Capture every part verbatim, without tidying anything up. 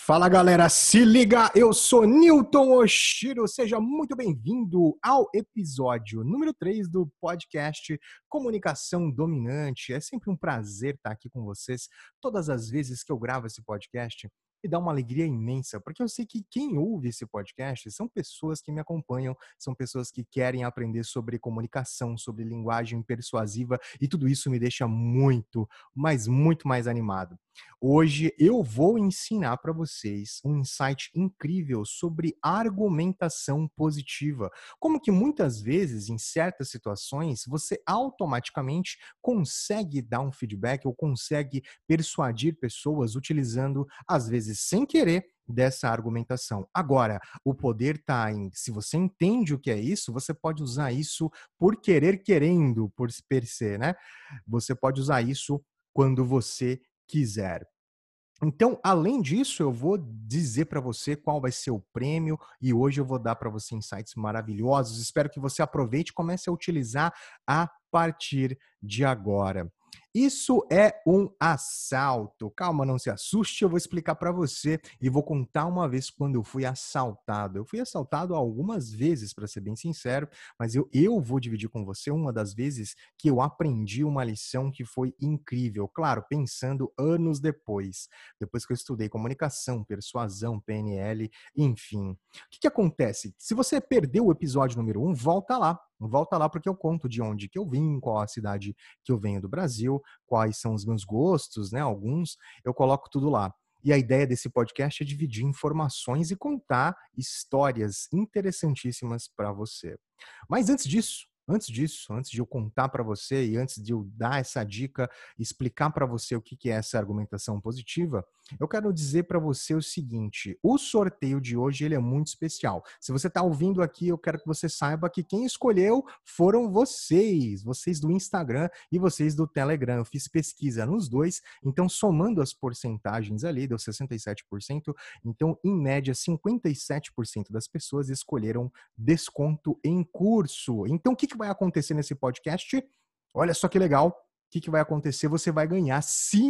Fala galera, se liga, eu sou Newton Oshiro, seja muito bem-vindo ao episódio número três do podcast Comunicação Dominante. É sempre um prazer estar aqui com vocês todas as vezes que eu gravo esse podcast. Me dá uma alegria imensa, porque eu sei que quem ouve esse podcast são pessoas que me acompanham, são pessoas que querem aprender sobre comunicação, sobre linguagem persuasiva, e tudo isso me deixa muito, mas muito mais animado. Hoje eu vou ensinar para vocês um insight incrível sobre argumentação positiva. Como que muitas vezes, em certas situações, você automaticamente consegue dar um feedback ou consegue persuadir pessoas utilizando, às vezes sem querer, dessa argumentação. Agora, o poder está em, se você entende o que é isso, você pode usar isso por querer querendo, por per se, né? Você pode usar isso quando você quiser. Então, além disso, eu vou dizer para você qual vai ser o prêmio e hoje eu vou dar para você insights maravilhosos. Espero que você aproveite e comece a utilizar a partir de agora. Isso é um assalto. Calma, não se assuste, eu vou explicar para você e vou contar uma vez quando eu fui assaltado. Eu fui assaltado algumas vezes, para ser bem sincero, mas eu, eu vou dividir com você uma das vezes que eu aprendi uma lição que foi incrível. Claro, pensando anos depois, depois que eu estudei comunicação, persuasão, P N L, enfim. O que, que acontece? Se você perdeu o episódio número um, volta lá. Volta lá porque eu conto de onde que eu vim, qual a cidade que eu venho do Brasil, quais são os meus gostos, né? Alguns, eu coloco tudo lá. E a ideia desse podcast é dividir informações e contar histórias interessantíssimas para você. Mas antes disso, antes disso, antes de eu contar para você e antes de eu dar essa dica, explicar para você o que é essa argumentação positiva, eu quero dizer para você o seguinte: o sorteio de hoje ele é muito especial. Se você está ouvindo aqui, eu quero que você saiba que quem escolheu foram vocês, vocês do Instagram e vocês do Telegram. Eu fiz pesquisa nos dois, então somando as porcentagens ali, deu sessenta e sete por cento, então em média cinquenta e sete por cento das pessoas escolheram desconto em curso. Então o que, que vai acontecer nesse podcast? Olha só que legal. O que, que vai acontecer? Você vai ganhar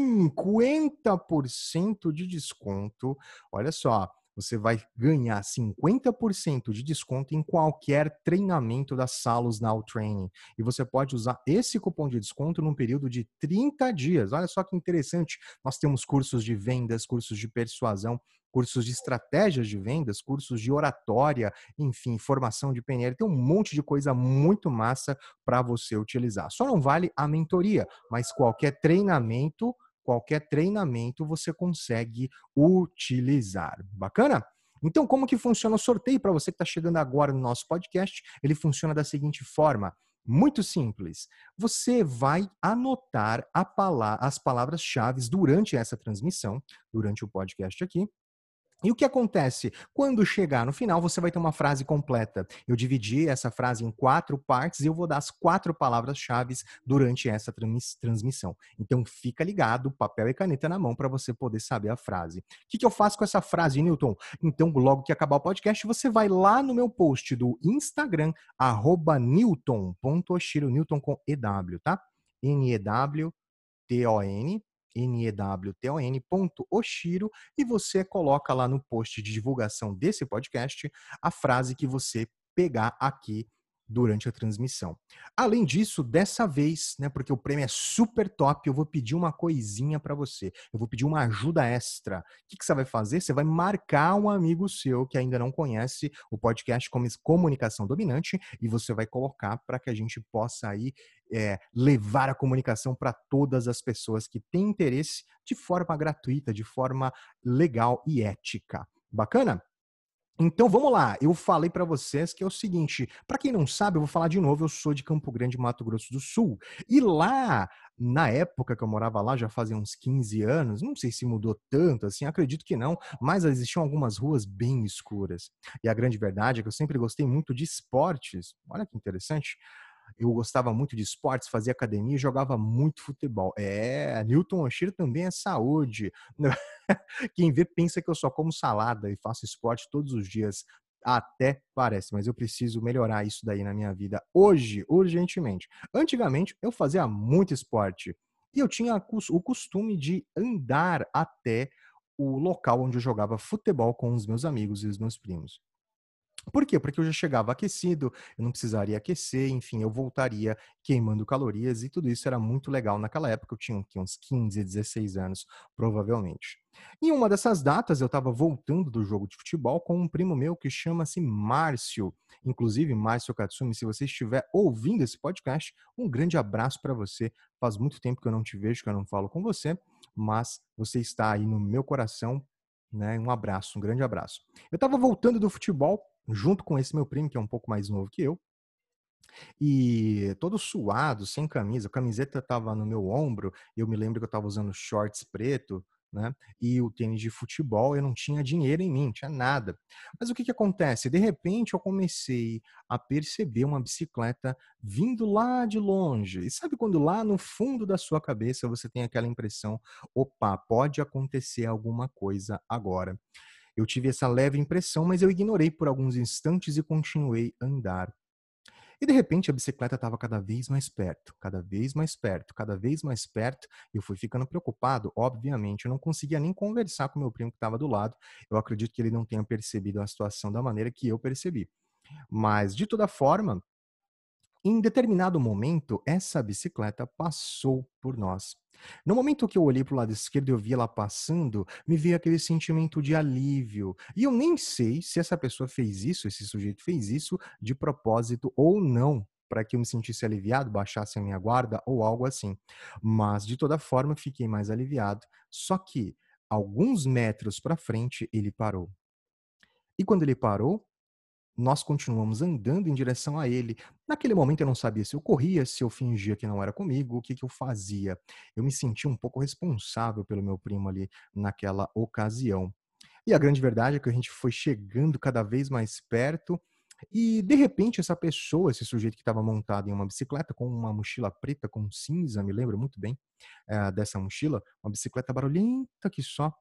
cinquenta por cento de desconto. Olha só, você vai ganhar cinquenta por cento de desconto em qualquer treinamento da Salus Now Training. E você pode usar esse cupom de desconto num período de trinta dias. Olha só que interessante. Nós temos cursos de vendas, cursos de persuasão, cursos de estratégias de vendas, cursos de oratória, enfim, formação de P N L. Tem um monte de coisa muito massa para você utilizar. Só não vale a mentoria, mas qualquer treinamento, qualquer treinamento você consegue utilizar. Bacana? Então, como que funciona o sorteio para você que está chegando agora no nosso podcast? Ele funciona da seguinte forma. Muito simples. Você vai anotar a pala- as palavras-chave durante essa transmissão, durante o podcast aqui. E o que acontece? Quando chegar no final, você vai ter uma frase completa. Eu dividi essa frase em quatro partes e eu vou dar as quatro palavras-chave durante essa trans- transmissão. Então, fica ligado, papel e caneta na mão para você poder saber a frase. O que, que eu faço com essa frase, Newton? Então, logo que acabar o podcast, você vai lá no meu post do Instagram, arroba newton.oshiro, Newton com E W, tá? N E W T O N, N E W T O N ponto Oshiro, e você coloca lá no post de divulgação desse podcast a frase que você pegar aqui durante a transmissão. Além disso, dessa vez, né, porque o prêmio é super top, eu vou pedir uma coisinha para você. Eu vou pedir uma ajuda extra. O que, que você vai fazer? Você vai marcar um amigo seu que ainda não conhece o podcast como Comunicação Dominante e você vai colocar para que a gente possa aí é, levar a comunicação para todas as pessoas que têm interesse de forma gratuita, de forma legal e ética. Bacana? Então vamos lá, eu falei para vocês que é o seguinte, para quem não sabe, eu vou falar de novo, eu sou de Campo Grande, Mato Grosso do Sul, e lá, na época que eu morava lá, já fazia uns quinze anos, não sei se mudou tanto assim, acredito que não, mas existiam algumas ruas bem escuras. E a grande verdade é que eu sempre gostei muito de esportes, olha que interessante, eu gostava muito de esportes, fazia academia e jogava muito futebol. É, Newton Oshiro também é saúde. Quem vê pensa que eu só como salada e faço esporte todos os dias. Até parece, mas eu preciso melhorar isso daí na minha vida hoje, urgentemente. Antigamente, eu fazia muito esporte e eu tinha o costume de andar até o local onde eu jogava futebol com os meus amigos e os meus primos. Por quê? Porque eu já chegava aquecido, eu não precisaria aquecer, enfim, eu voltaria queimando calorias e tudo isso era muito legal naquela época, eu tinha o quê? Uns quinze, dezesseis anos, provavelmente. Em uma dessas datas, eu estava voltando do jogo de futebol com um primo meu que chama-se Márcio. Inclusive, Márcio Katsumi, se você estiver ouvindo esse podcast, um grande abraço para você. Faz muito tempo que eu não te vejo, que eu não falo com você, mas você está aí no meu coração, né? Um abraço, um grande abraço. Eu estava voltando do futebol junto com esse meu primo, que é um pouco mais novo que eu, e todo suado, sem camisa, a camiseta estava no meu ombro, eu me lembro que eu estava usando shorts preto, né, e o tênis de futebol, eu não tinha dinheiro em mim, não tinha nada. Mas o que que acontece? De repente eu comecei a perceber uma bicicleta vindo lá de longe. E sabe quando lá no fundo da sua cabeça você tem aquela impressão: "Opa, pode acontecer alguma coisa agora". Eu tive essa leve impressão, mas eu ignorei por alguns instantes e continuei a andar. E de repente a bicicleta estava cada vez mais perto, cada vez mais perto, cada vez mais perto, e eu fui ficando preocupado, obviamente, eu não conseguia nem conversar com meu primo que estava do lado, eu acredito que ele não tenha percebido a situação da maneira que eu percebi. Mas, de toda forma, em determinado momento, essa bicicleta passou por nós. No momento que eu olhei para o lado esquerdo e eu vi ela passando, me veio aquele sentimento de alívio. E eu nem sei se essa pessoa fez isso, esse sujeito fez isso de propósito ou não, para que eu me sentisse aliviado, baixasse a minha guarda ou algo assim. Mas, de toda forma, eu fiquei mais aliviado. Só que, alguns metros para frente, ele parou. E quando ele parou, nós continuamos andando em direção a ele. Naquele momento eu não sabia se eu corria, se eu fingia que não era comigo, o que que eu fazia. Eu me senti um pouco responsável pelo meu primo ali naquela ocasião. E a grande verdade é que a gente foi chegando cada vez mais perto e, de repente, essa pessoa, esse sujeito que estava montado em uma bicicleta com uma mochila preta com cinza, me lembro muito bem, eh, dessa mochila, uma bicicleta barulhenta que só,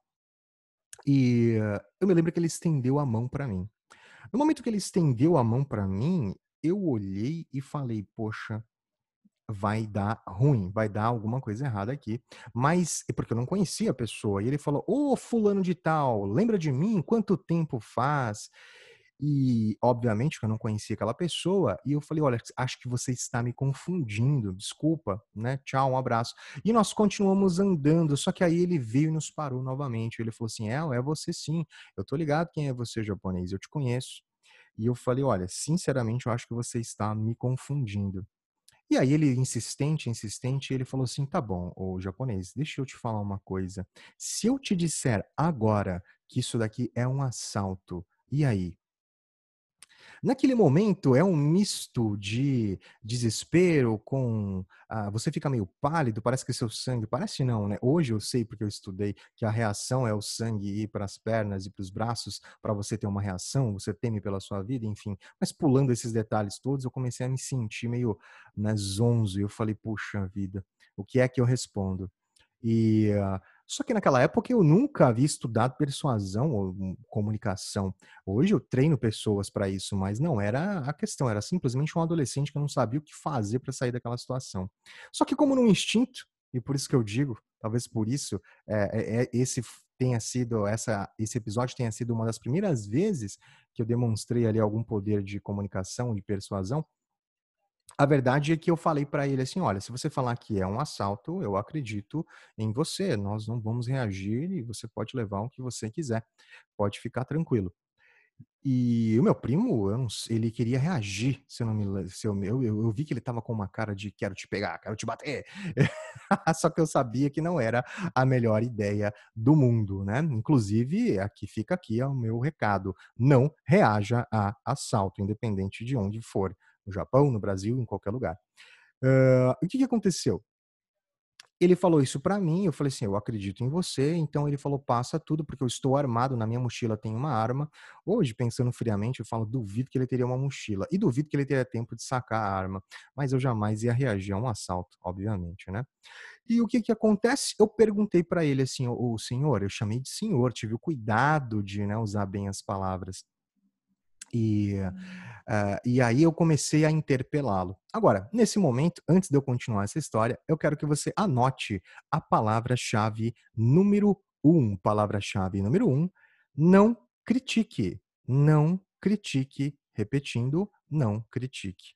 e eh, eu me lembro que ele estendeu a mão para mim. No momento que ele estendeu a mão para mim, eu olhei e falei: "Poxa, vai dar ruim, vai dar alguma coisa errada aqui". Mas é porque eu não conhecia a pessoa, e ele falou: "Ô fulano de tal, lembra de mim? Quanto tempo faz?". E, obviamente, que eu não conhecia aquela pessoa, e eu falei: "Olha, acho que você está me confundindo, desculpa, né, tchau, um abraço". E nós continuamos andando, só que aí ele veio e nos parou novamente, ele falou assim: "É, é você sim, eu tô ligado quem é você japonês, eu te conheço". E eu falei: "Olha, sinceramente eu acho que você está me confundindo". E aí ele insistente, insistente, ele falou assim: "Tá bom, ô japonês, deixa eu te falar uma coisa, se eu te disser agora que isso daqui é um assalto, e aí?". Naquele momento é um misto de desespero com, ah, você fica meio pálido, parece que seu sangue parece não, né, hoje eu sei porque eu estudei que a reação é o sangue ir para as pernas e para os braços para você ter uma reação, você teme pela sua vida, enfim. Mas pulando esses detalhes todos, eu comecei a me sentir meio, né, zonzo e eu falei: "Puxa vida, o que é que eu respondo?". E, ah, só que naquela época eu nunca havia estudado persuasão ou hum, comunicação. Hoje eu treino pessoas para isso, mas não era a questão, era simplesmente um adolescente que não sabia o que fazer para sair daquela situação. Só que como no instinto, e por isso que eu digo, talvez por isso, eh eh, esse f tenha sido essa esse episódio tenha sido uma das primeiras vezes que eu demonstrei ali algum poder de comunicação, de persuasão, a verdade é que eu falei pra ele assim: "Olha, se você falar que é um assalto, eu acredito em você, nós não vamos reagir e você pode levar o que você quiser, pode ficar tranquilo". E o meu primo, eu não se ele queria reagir, se eu não me le se eu eu eu eu vi que ele estava com uma cara de: "Quero te pegar, quero te bater". Só que eu sabia que não era a melhor ideia do mundo, né. Inclusive, aqui fica aqui é o meu recado: não reaja a assalto, independente de onde for, no Japão, no Brasil, em qualquer lugar. Hã, o que que aconteceu? Ele falou isso pra mim, eu falei assim: "Eu acredito em você", então ele falou: "Passa tudo, porque eu estou armado, na minha mochila tem uma arma". Hoje, pensando friamente, eu falo: "Duvido que ele teria uma mochila", e duvido que ele teria tempo de sacar a arma, mas eu jamais ia reagir a um assalto, obviamente, né. E o que que acontece? Eu perguntei pra ele assim: "Ô senhor", eu chamei de senhor, tive o cuidado de, né, usar bem as palavras. E, ah, e aí eu comecei a interpelá-lo. Agora, nesse momento, antes de eu continuar essa história, eu quero que você anote a palavra-chave número um, palavra-chave número um, não critique. Não critique. Repetindo, não critique.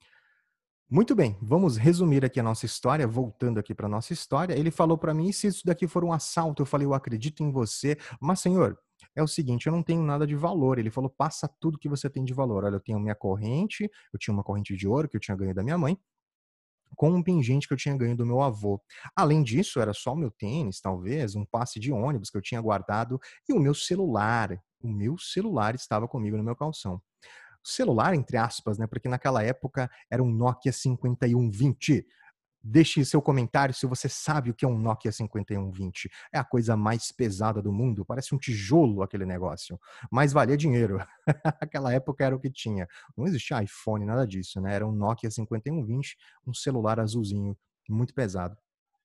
Muito bem, vamos resumir aqui a nossa história, voltando aqui para nossa história. Ele falou para mim: "Se isso daqui for um assalto", eu falei: "Eu acredito em você, mas senhor, é o seguinte, eu não tenho nada de valor". Ele falou: "Passa tudo que você tem de valor. Olha, eu tenho minha corrente, eu tinha uma corrente de ouro que eu tinha ganho da minha mãe, com um pingente que eu tinha ganho do meu avô. Além disso, era só o meu tênis, talvez, um passe de ônibus que eu tinha guardado e o meu celular. O meu celular estava comigo no meu calção. Celular, entre aspas, né, porque naquela época era um Nokia cinquenta e um vinte. Deixe seu comentário se você sabe o que é um Nokia cinquenta e um vinte. É a coisa mais pesada do mundo, parece um tijolo aquele negócio, mas valia dinheiro. Naquela época era o que tinha. Não existia iPhone, nada disso, né, era um Nokia cinquenta e um vinte, um celular azulzinho, muito pesado.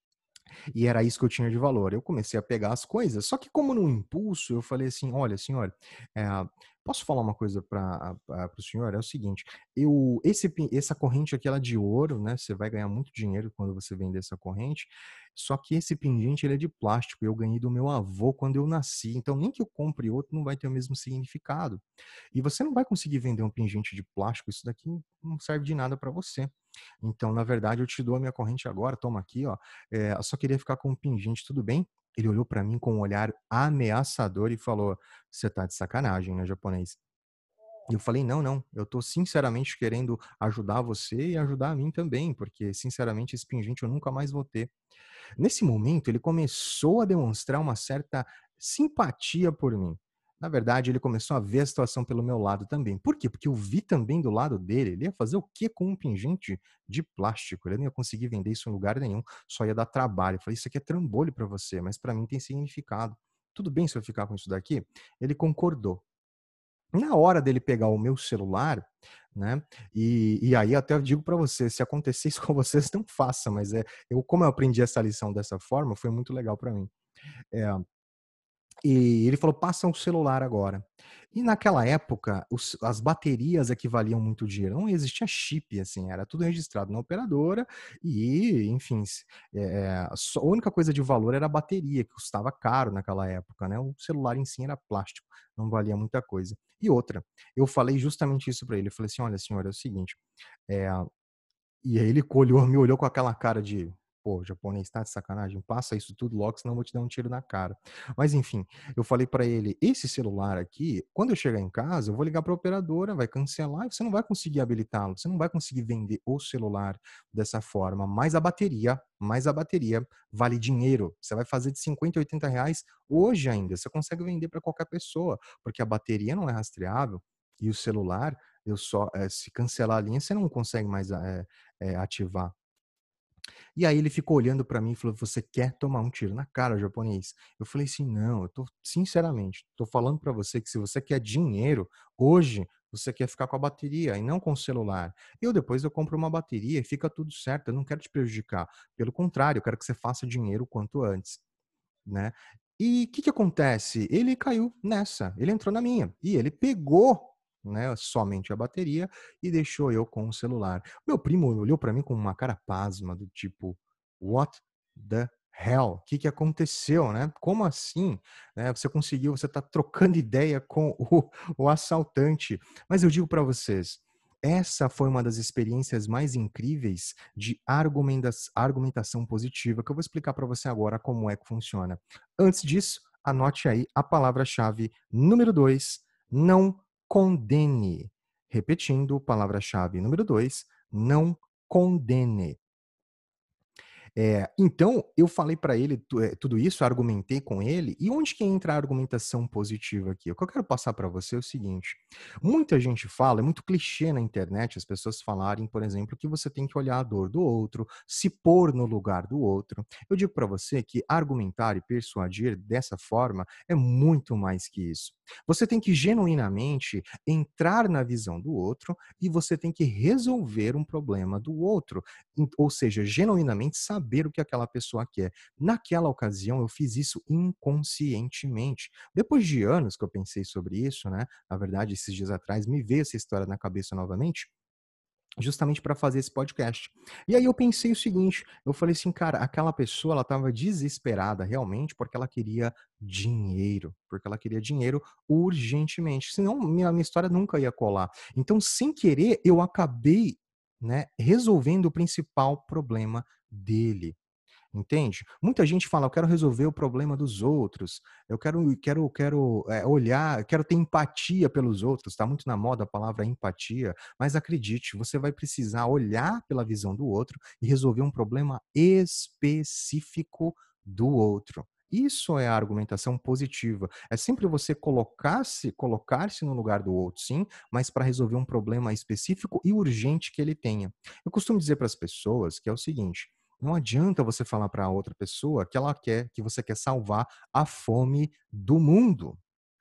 E era isso que eu tinha de valor. Eu comecei a pegar as coisas, só que como num impulso, eu falei assim: "Olha, senhor, eh, posso falar uma coisa pra pra para o senhor? É o seguinte, eu esse pin essa corrente aqui ela é de ouro, né, você vai ganhar muito dinheiro quando você vender essa corrente, só que esse pendente ele é de plástico, eu ganhei do meu avô quando eu nasci, então nem que eu compre outro não vai ter o mesmo significado. E você não vai conseguir vender um pingente de plástico, isso daqui não serve de nada para você. Então, na verdade, eu te dou a minha corrente agora, toma aqui, ó. Eh, eu só queria ficar com um pingente, tudo bem?" Ele olhou para mim com um olhar ameaçador e falou: "Você tá de sacanagem, né, japonês?" E eu falei: "Não, não, eu tô sinceramente querendo ajudar você e ajudar a mim também, porque sinceramente esse pingente eu nunca mais vou ter." Nesse momento, ele começou a demonstrar uma certa simpatia por mim. Na verdade, ele começou a ver a situação pelo meu lado também. Por quê? Porque eu vi também do lado dele, ele ia fazer o quê com um pingente de plástico? Ele não ia conseguir vender isso em lugar nenhum, só ia dar trabalho. Eu falei: "Isso aqui é trambolho para você, mas para mim tem significado. Tudo bem se eu ficar com isso daqui?" Ele concordou. Na hora dele pegar o meu celular, né, e e aí até eu digo para você, se acontecer isso com vocês, não faça, mas, é eu como eu aprendi essa lição dessa forma, foi muito legal para mim. Eh e ele falou: "Passa o celular agora". E naquela época, os as baterias equivaliam muito dinheiro, não existia chip, assim, era tudo registrado na operadora e, enfim, se eh, só a única coisa de valor era a bateria, que custava caro naquela época, né, o celular em si era plástico, não valia muita coisa. E outra, eu falei justamente isso pra ele, eu falei assim: "Olha senhor, é o seguinte, eh" e aí ele olhou me olhou com aquela cara de: "Pô, japonês, tá de sacanagem? Passa isso tudo logo, senão eu vou te dar um tiro na cara". Mas enfim, eu falei pra ele: "Esse celular aqui, quando eu chegar em casa, eu vou ligar pra operadora, vai cancelar e você não vai conseguir habilitá-lo, você não vai conseguir vender o celular dessa forma, mas a bateria mas a bateria vale dinheiro. Você vai fazer de cinquenta a oitenta reais hoje ainda, você consegue vender pra qualquer pessoa, porque a bateria não é rastreável e o celular, eu só eh, se cancelar a linha, você não consegue mais, eh eh, ativar". E aí ele ficou olhando pra mim e falou: "Você quer tomar um tiro na cara, japonês?" Eu falei assim: "Não, eu tô sinceramente, tô falando pra você que se você quer dinheiro, hoje, você quer ficar com a bateria e não com o celular. Eu depois eu compro uma bateria e fica tudo certo, eu não quero te prejudicar. Pelo contrário, eu quero que você faça dinheiro o quanto antes." Né. E o que que acontece? Ele caiu nessa, ele entrou na minha, e ele pegou, né, somente a bateria e deixou eu com o celular. Meu primo olhou pra mim com uma cara pasma do tipo: "What the hell? Que que aconteceu, né? Como assim, né, você conseguiu você tá trocando ideia com o o assaltante". Mas eu digo pra vocês, essa foi uma das experiências mais incríveis de argumentas argumentação positiva, que eu vou explicar para você agora como é que funciona. Antes disso, anote aí a palavra-chave número dois: não condene. Repetindo, palavra-chave número dois: não condene. É, então eu falei para ele tu eh, tudo isso, argumentei com ele, e onde que entra a argumentação positiva aqui? O que eu quero passar para você é o seguinte: muita gente fala, é muito clichê na internet as pessoas falarem, por exemplo, que você tem que olhar a dor do outro, se pôr no lugar do outro. Eu digo para você que argumentar e persuadir dessa forma é muito mais que isso. Você tem que genuinamente entrar na visão do outro e você tem que resolver um problema do outro. En ou seja, genuinamente saber o que aquela pessoa quer. Naquela ocasião, eu fiz isso inconscientemente. Depois de anos que eu pensei sobre isso, né, na verdade, esses dias atrás me veio essa história na cabeça novamente, justamente para fazer esse podcast. E aí eu pensei o seguinte, eu falei assim: "Cara, aquela pessoa ela estava desesperada realmente, porque ela queria dinheiro, porque ela queria dinheiro urgentemente, senão minha minha história nunca ia colar". Então, sem querer, eu acabei, né, resolvendo o principal problema dele. Entende? Muita gente fala: "Eu quero resolver o problema dos outros, eu quero quero quero, eh, olhar, quero ter empatia pelos outros", tá muito na moda a palavra empatia, mas acredite, você vai precisar olhar pela visão do outro e resolver um problema específico do outro. Isso é a argumentação positiva, é sempre você colocar-se colocar-se no lugar do outro, sim, mas para resolver um problema específico e urgente que ele tenha. Eu costumo dizer para as pessoas que é o seguinte: não adianta você falar para outra pessoa que ela quer que você quer salvar a fome do mundo.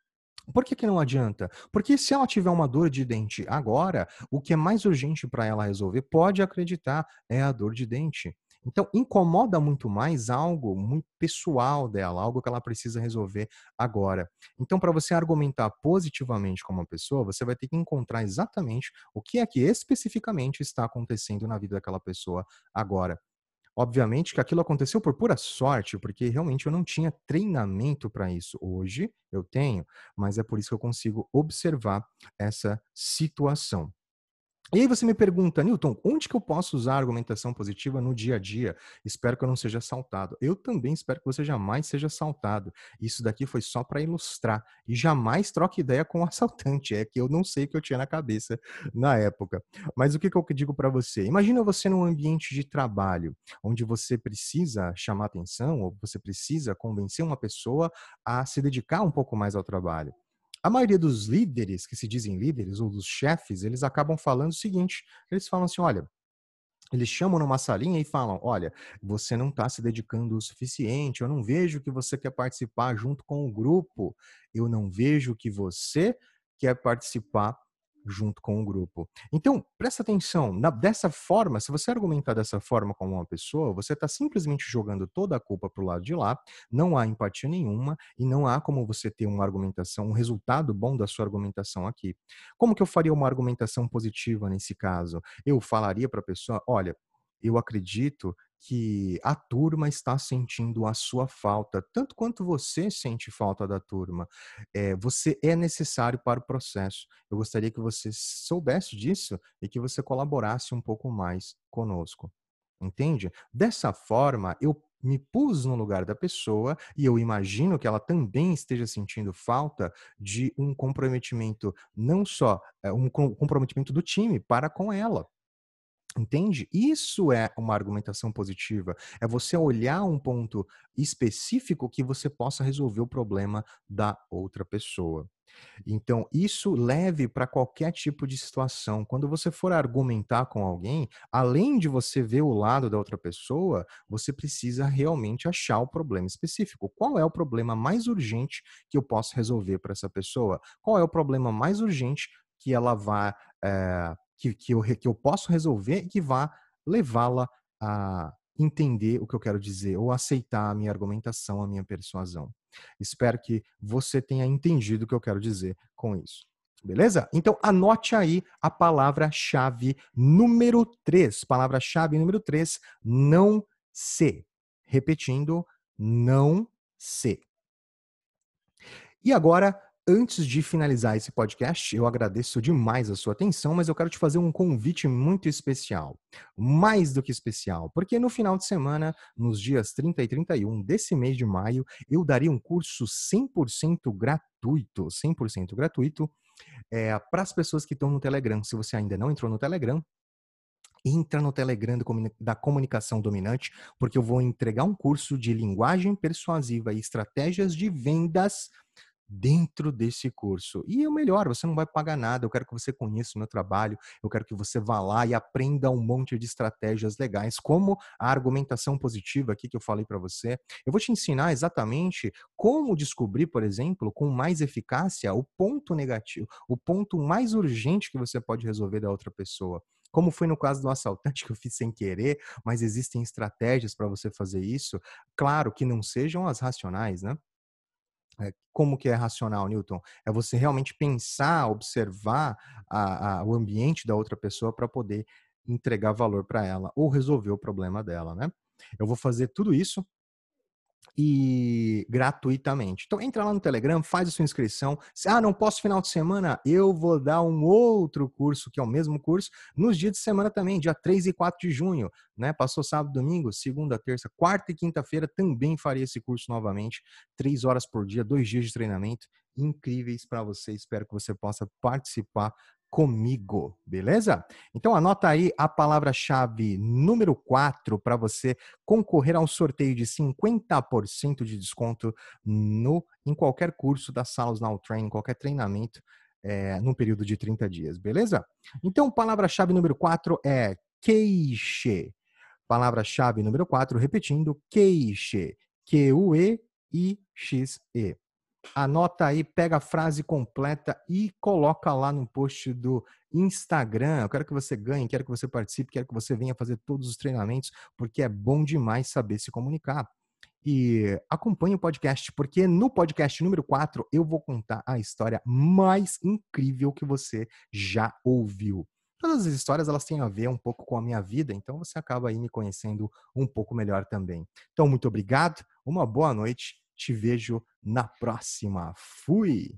Por que que não adianta? Porque se ela tiver uma dor de dente agora, o que é mais urgente para ela resolver, pode acreditar, é a dor de dente. Então incomoda muito mais algo muito pessoal dela, algo que ela precisa resolver agora. Então, para você argumentar positivamente com uma pessoa, você vai ter que encontrar exatamente o que é que especificamente está acontecendo na vida daquela pessoa agora. Obviamente que aquilo aconteceu por pura sorte, porque realmente eu não tinha treinamento para isso. Hoje eu tenho, mas é por isso que eu consigo observar essa situação. E aí você me pergunta: "Newton, onde que eu posso usar a argumentação positiva no dia a dia? Espero que eu não seja assaltado". Eu também espero que você jamais seja assaltado. Isso daqui foi só para ilustrar. E jamais troque ideia com o assaltante, é que eu não sei o que eu tinha na cabeça na época. Mas o que que eu digo para você? Imagina você num ambiente de trabalho, onde você precisa chamar atenção ou você precisa convencer uma pessoa a se dedicar um pouco mais ao trabalho. A maioria dos líderes, que se dizem líderes, ou dos chefes, eles acabam falando o seguinte, eles falam assim: "Olha", eles chamam numa salinha e falam: "Olha, você não está se dedicando o suficiente, eu não vejo que você quer participar junto com o grupo, eu não vejo que você quer participar junto com o grupo". Então, presta atenção, na dessa forma, se você argumentar dessa forma com uma pessoa, você está simplesmente jogando toda a culpa para o lado de lá, não há empatia nenhuma e não há como você ter uma argumentação, um resultado bom da sua argumentação aqui. Como que eu faria uma argumentação positiva nesse caso? Eu falaria para a pessoa: "Olha, eu acredito que a turma está sentindo a sua falta, tanto quanto você sente falta da turma. Eh, você é necessário para o processo. Eu gostaria que você soubesse disso e que você colaborasse um pouco mais conosco". Entende? Dessa forma, eu me pus no lugar da pessoa e eu imagino que ela também esteja sentindo falta de um comprometimento, não só, eh, um com comprometimento do time para com ela. Entende? Isso é uma argumentação positiva. É você olhar um ponto específico que você possa resolver o problema da outra pessoa. Então, isso leve para qualquer tipo de situação. Quando você for argumentar com alguém, além de você ver o lado da outra pessoa, você precisa realmente achar o problema específico. Qual é o problema mais urgente que eu posso resolver para essa pessoa? Qual é o problema mais urgente que ela vá, eh, que, que, eu, re- que eu posso resolver e que vá levá-la a entender o que eu quero dizer ou aceitar a minha argumentação, a minha persuasão. Espero que você tenha entendido o que eu quero dizer com isso. Beleza? Então anote aí a palavra-chave número três. Palavra-chave número três: não se. Repetindo, não se. E agora, antes de finalizar esse podcast, eu agradeço demais a sua atenção, mas eu quero te fazer um convite muito especial. Mais do que especial, porque no final de semana, nos dias trinta e trinta e um desse mês de maio, eu daria um curso cem por cento gratuito, cem por cento gratuito, eh, para as pessoas que estão no Telegram. Se você ainda não entrou no Telegram, entra no Telegram do comuni da comunicação dominante, porque eu vou entregar um curso de linguagem persuasiva e estratégias de vendas dentro desse curso. E o melhor, você não vai pagar nada, eu quero que você conheça o meu trabalho, eu quero que você vá lá e aprenda um monte de estratégias legais, como a argumentação positiva aqui que eu falei para você. Eu vou te ensinar exatamente como descobrir, por exemplo, com mais eficácia, o ponto negativo, o ponto mais urgente que você pode resolver da outra pessoa. Como foi no caso do assaltante que eu fiz sem querer, mas existem estratégias para você fazer isso. Claro que não sejam as racionais, né? É, como que é racional, Newton? É você realmente pensar, observar a, a, o ambiente da outra pessoa para poder entregar valor para ela ou resolver o problema dela, né? Eu vou fazer tudo isso e gratuitamente. Então entra lá no Telegram, faz a sua inscrição. Se, ah, não posso final de semana, eu vou dar um outro curso, que é o mesmo curso, nos dias de semana também, dia três e quatro de junho, né? Passou sábado, domingo, segunda, terça, quarta e quinta-feira também farei esse curso novamente, três horas por dia, dois dias de treinamento incríveis para você. Espero que você possa participar comigo, beleza? Então anota aí a palavra-chave número quatro para você concorrer a um sorteio de cinquenta por cento de desconto no, em qualquer curso da Salos Now Training, qualquer treinamento, é, num período de trinta dias, beleza? Então, palavra-chave número quatro é queixe. Palavra-chave número quatro, repetindo, queixe. Q U E I X E. Anota aí, pega a frase completa e coloca lá no post do Instagram. Eu quero que você ganhe, quero que você participe, quero que você venha fazer todos os treinamentos, porque é bom demais saber se comunicar. E acompanhe o podcast, porque no podcast número quatro eu vou contar a história mais incrível que você já ouviu. Todas as histórias elas têm a ver um pouco com a minha vida, então você acaba aí me conhecendo um pouco melhor também. Então, muito obrigado, uma boa noite, te vejo na próxima. Fui!